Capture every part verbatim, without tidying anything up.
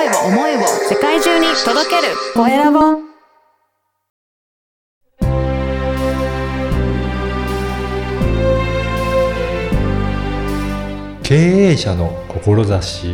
声を思いを世界中に届けるコエラボ。 経営者の志。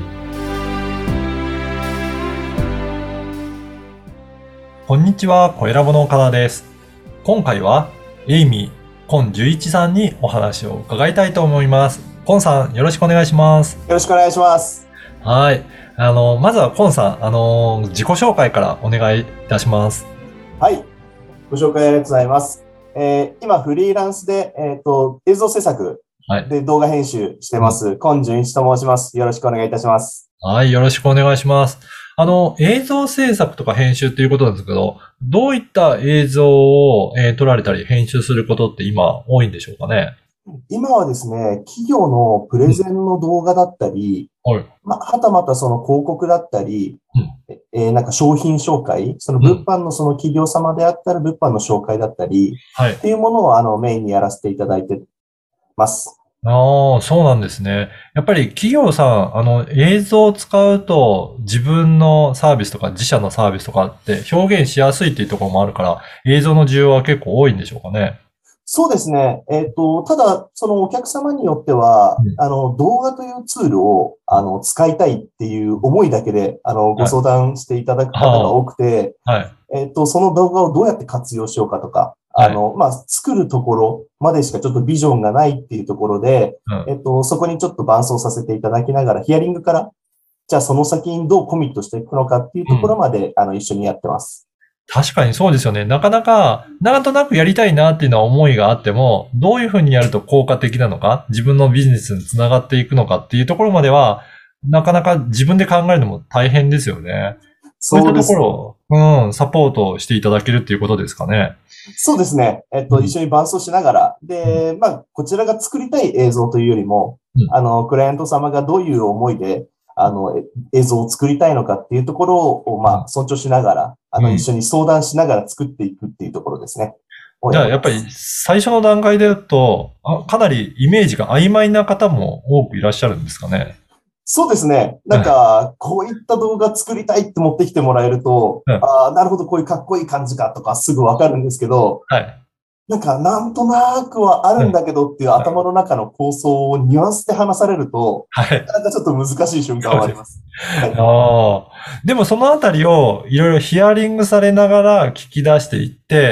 こんにちは、コエラボの岡田です。今回はエイミーコンじゅういちさんにお話を伺いたいと思います。コンさん、よろしくお願いします。 よろしくお願いします。 はい。あの、まずはコンさん、あの、自己紹介からお願いいたします。 はい。ご紹介ありがとうございます。えー、今、フリーランスで、えっと、映像制作で動画編集してます、はい、コンじゅういちと申します。よろしくお願いいたします。 はい、よろしくお願いします。あの、映像制作とか編集っていうことなんですけど、どういった映像を、えー、撮られたり編集することって今多いんでしょうかね？ 今はですね、企業のプレゼンの動画だったり、うん、はい。まあ、はたまたその広告だったり、うん、えー、なんか商品紹介、その物販のその企業様であったら物販の紹介だったり、はい。っていうものをあのメインにやらせていただいてます。 ああ、そうなんですね。やっぱり企業さん、あの、映像を使うと自分のサービスとか自社のサービスとかって表現しやすいっていうところもあるから、映像の需要は結構多いんでしょうかね。 そうですね。えっと、ただ、そのお客様によっては、うん、あの、動画というツールを、あの、使いたいっていう思いだけで、あの、ご相談していただく方が多くて、はい。えっと、その動画をどうやって活用しようかとか、あの、はい、まあ、作るところまでしかちょっとビジョンがないっていうところで、うん、えっと、そこにちょっと伴走させていただきながら、ヒアリングから、じゃあその先にどうコミットしていくのかっていうところまで、うん、あの、一緒にやってます。 確かにそうですよね。なかなか、なんとなくやりたいなっていうのは思いがあっても、どういうふうにやると効果的なのか、自分のビジネスにつながっていくのかっていうところまでは、なかなか自分で考えるのも大変ですよね。そういったところを、うん、サポートしていただけるっていうことですかね。 そうですね。えっと、うん、一緒に伴走しながら、で、まあ、こちらが作りたい映像というよりも、うん、あの、クライアント様がどういう思いで、あの、映像を作りたいのかっていうところを、まあ、尊重しながら、あの、一緒に相談しながら作っていくっていうところですね。 じゃあ、やっぱり最初の段階で言うと、かなりイメージが曖昧な方も多くいらっしゃるんですかね。 そうですね。なんか、こういった動画作りたいって持ってきてもらえると、うん、ああ、なるほど、こういうかっこいい感じかとかすぐわかるんですけど、はい。なんか、なんとなくはあるんだけどっていう頭の中の構想をニュアンスで話されると、はい。なんかちょっと難しい瞬間はあります。はい、 ああ。でもそのあたりをいろいろヒアリングされながら聞き出していって、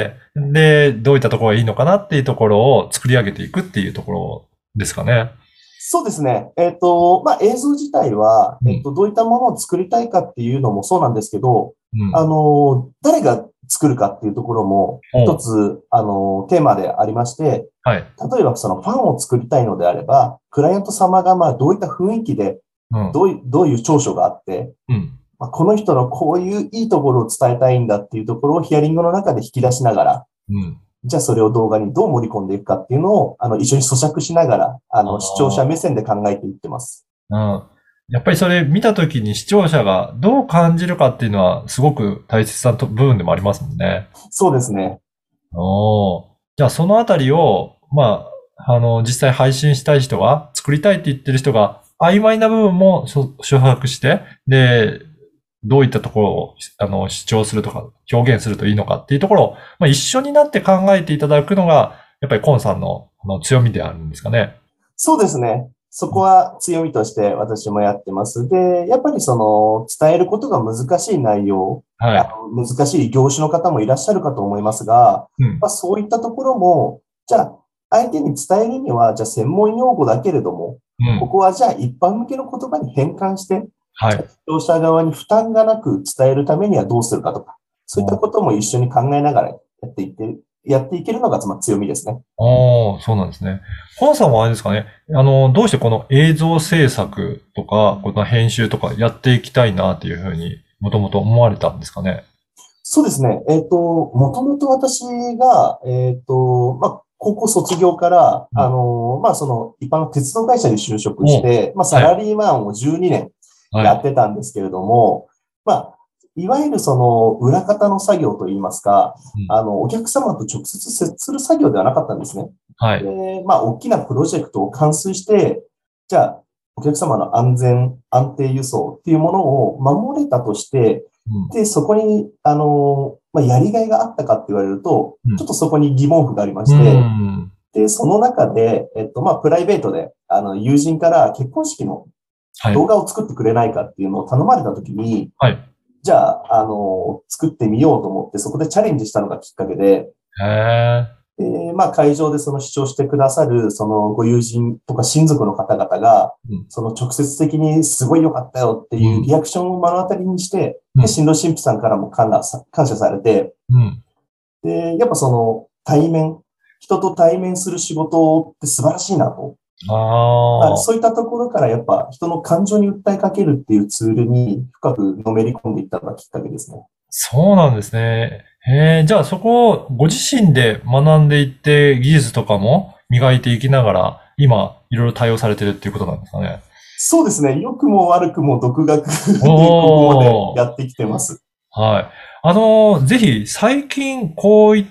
で、どういったところがいいのかなっていうところを作り上げていくっていうところですかね。 そうですね。えっと、まあ、映像自体は、えっと、どういったものを作りたいかっていうのもそうなんですけど、うん、あの、誰が作るかっていうところも一つ、あの、テーマでありまして、はい、例えばそのファンを作りたいのであれば、クライアント様がまあどういった雰囲気で、どういう、どういう長所があって、うんまあ、この人のこういういいところを伝えたいんだっていうところをヒアリングの中で引き出しながら、うんじゃあそれを動画にどう盛り込んでいくかっていうのを、あの、一緒に咀嚼しながら、あの、視聴者目線で考えていってます。 うん。やっぱりそれ見たときに視聴者がどう感じるかっていうのはすごく大切な部分でもありますもんね。 そうですね。 おー。じゃあそのあたりを、まあ、あの、実際配信したい人が、作りたいって言ってる人が、曖昧な部分も咀嚼して、で、どういったところをあの主張するとか表現するといいのかっていうところを、まあ、一緒になって考えていただくのが、やっぱりコンさんのあの強みであるんですかね。 そうですね。そこは強みとして私もやってます。で、やっぱりその伝えることが難しい内容、はい、あの難しい業種の方もいらっしゃるかと思いますが、うんまあ、そういったところも、じゃあ相手に伝えるには、じゃあ専門用語だけれども、うん、ここはじゃあ一般向けの言葉に変換して、はい。視聴者側に負担がなく伝えるためにはどうするかとか、そういったことも一緒に考えながらやっていって、やっていけるのがまあ強みですね。 ああ、そうなんですね。コンさんはあれですかね。あの、どうしてこの映像制作とか、この編集とかやっていきたいなっていうふうにもともと思われたんですかね。 そうですね。えっと、もともと私が、えっと、まあ、高校卒業から、うん、あの、まあ、その一般の鉄道会社に就職して、まあ、サラリーマンをじゅうにねん、やってたんですけれども、はい、まあ、いわゆるその裏方の作業といいますか、うん、あの、お客様と直接接する作業ではなかったんですね。はい。で、まあ、大きなプロジェクトを完遂して、じゃあ、 お客様の安全、安定輸送っていうものを守れたとして、 うん、 で、そこに、あの、まあ、やりがいがあったかって言われると、 うん、 ちょっとそこに疑問符がありましうて、 ん、 で、その中で、えっと、まあ、プライベートで、あの、友人から結婚式のはい。 動画を作ってくれないかっていうのを頼まれたときに、 はい。 じゃあ、あの、作ってみようと思って、そこでチャレンジしたのがきっかけで、 へえ。 で、まあ、会場でその視聴してくださる、そのご友人とか親族の方々が、 うん、 その直接的にすごい良かったよっていううん、 リアクションを目の当たりにして、で、 うん、 新郎新婦さんからも感謝さ感謝されて、 うん。 で、やっぱその対面、人と対面する仕事って素晴らしいなと。まあ、 ああ、 そういったところからやっぱ人の感情に訴えかけるっていうツールに深くのめり込んでいったのがきっかけですね。 そうなんですね。へえ、じゃあそこをご自身で学んでいって、技術とかも磨いていきながら、今、いろいろ対応されてるっていうことなんですかね。 そうですね。良くも悪くも独学でここまでおー。 やってきてます。 はい。あのー、ぜひ、最近、こういった、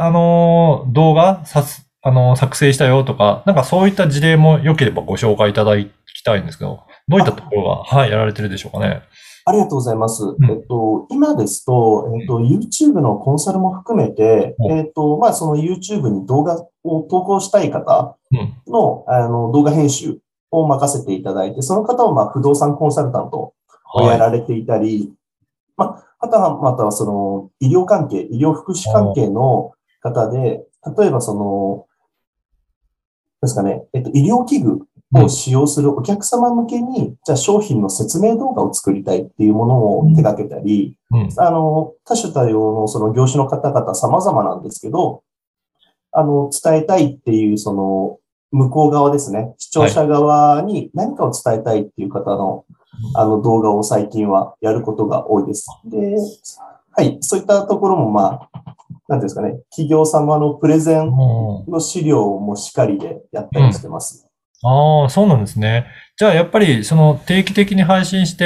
あのー、動画、さす、あのー、作成したよとか、なんかそういった事例も良ければご紹介いただきたいんですけど、どういったとあ、 ころが、はい、やられてるでしょうかね。 ありがとうございます。 うん。 えっと、今ですと、えっと、YouTube のコンサルも含めて、 お、 えっと、まあ、その YouTube に動画を投稿したい方うん。 の、あの、動画編集を任せていただいて、その方は、まあ、不動産コンサルタントをはい。 やられていたり、まあ、あとは、または、その、医療関係、医療福祉関お、 係の方で、例えば、その、ですかね、えっと、医療器具をうん。 使用するお客様向けに、じゃあ商品の説明動画を作りたいっていうものうん。 を手掛けたり、 うん。 あの、多種多様のその業種の方々様々なんですけど、あの、伝えたいっていう、その、向こう側ですね、視聴はい。 者側に何かを伝えたいっていう方の、あの、動画を最近はやることが多いです。で、はい、そういったところも、まあ、なんていうんですかね、企業様のプレゼンおー。 の資料もしっかりでやったりしうん。 てます。 ああ、そうなんですね。じゃあ、やっぱり、その、定期的に配信して、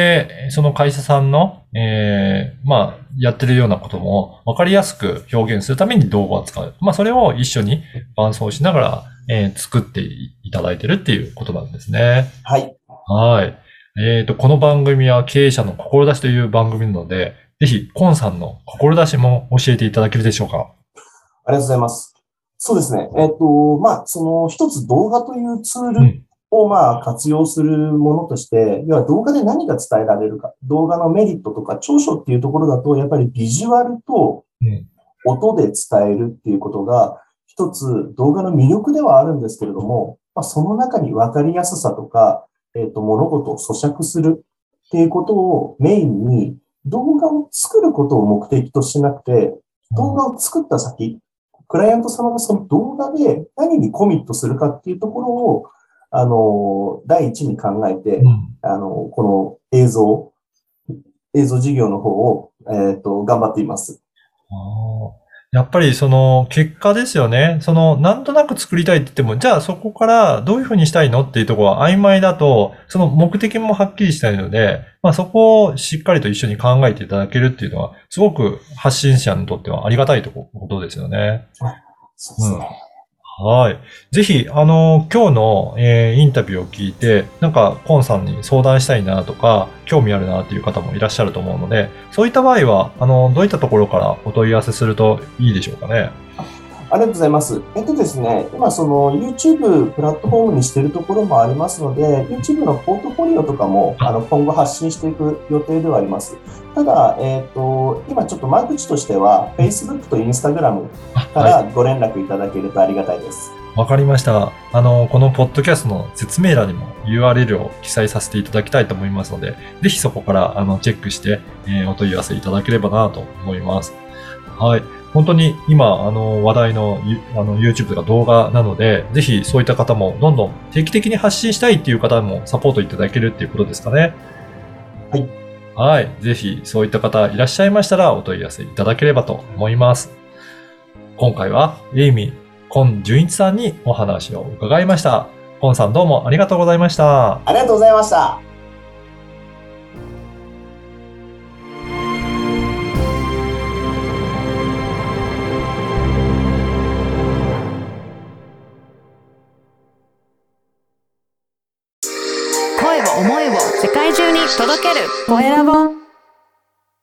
その会社さんの、ええ、まあ、やってるようなことも分かりやすく表現するために動画を使う。まあ、それを一緒に伴走しながら、えー作っていただいてるっていうことなんですね。 はい。 はい。えっと、この番組は経営者の志という番組なので、ぜひ、コンさんの志も教えていただけるでしょうか。 ありがとうございます。そうですね。えっと、まあ、その一つ動画というツールうん。 をまあ活用するものとして、要は動画で何が伝えられるか、動画のメリットとか長所っていうところだと、やっぱりビジュアルとうん。 音で伝えるっていうことが、一つ動画の魅力ではあるんですけれども、まあ、その中に分かりやすさとか、えっと、物事を咀嚼するっていうことをメインに、動画を作ることを目的としなくて、動画を作った先、クライアント様がその動画で何にコミットするかっていうところを、あの、第一に考えて、 うん。 あの、この映像、映像事業の方を、えっと、頑張っています。 ああ。やっぱりその結果ですよね。そのなんとなく作りたいって言っても、じゃあそこからどういうふうにしたいのっていうところは曖昧だと、その目的もはっきりしたいので、まあそこをしっかりと一緒に考えていただけるっていうのは、すごく発信者にとってはありがたいとことですよね。 あ、そうでうん。 すね。 はい。ぜひ、あの、今日の、えーインタビューを聞いて、なんか、コンさんに相談したいなとか、興味あるなっていう方もいらっしゃると思うので、そういった場合は、あの、どういったところからお問い合わせするといいでしょうかね。 ありがとうございます。えっとですね、今その YouTube プラットフォームにしているところもありますので、YouTube のポートフォリオとかもあの今後発信していく予定ではあります。ただ、えっと、今ちょっと間口としては Facebook と Instagram あ、はい。 からご連絡いただけるとありがたいです。 わかりました。あの、このポッドキャストの説明欄にも ユーアールエル を記載させていただきたいと思いますので、ぜひそこからあのチェックして、えーお問い合わせいただければなと思います。はい。本当に今、あの、話題のゆあの YouTube とか動画なので、ぜひそういった方もどんどん定期的に発信したいっていう方もサポートいただけるっていうことですかね。 はい。 はい。ぜひそういった方いらっしゃいましたらお問い合わせいただければと思います。今回はエイミー、コン純一さんにお話を伺いました。コンさんどうもありがとうございました。 ありがとうございました。 コエラボ